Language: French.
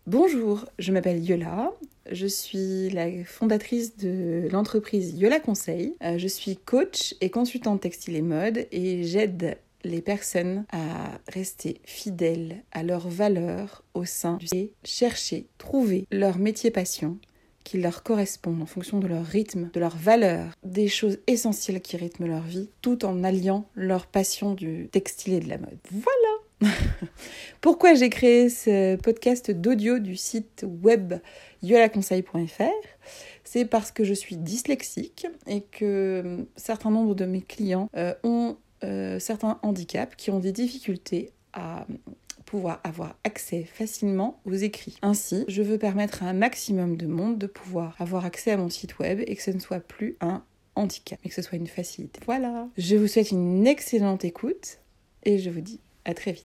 Bonjour, je m'appelle Yola, je suis la fondatrice de l'entreprise Yola Conseil. Je suis coach et consultante textile et mode et j'aide les personnes à rester fidèles à leurs valeurs au sein et chercher, trouver leur métier passion qui leur correspondent en fonction de leur rythme, de leurs valeurs, des choses essentielles qui rythment leur vie, tout en alliant leur passion du textile et de la mode. Voilà. Pourquoi j'ai créé ce podcast d'audio du site web yolaconseil.fr ? C'est parce que je suis dyslexique et que certains nombres de mes clients ont certains handicaps qui ont des difficultés à pouvoir avoir accès facilement aux écrits. Ainsi, je veux permettre à un maximum de monde de pouvoir avoir accès à mon site web et que ce ne soit plus un handicap, mais que ce soit une facilité. Voilà. Je vous souhaite une excellente écoute et je vous dis à très vite.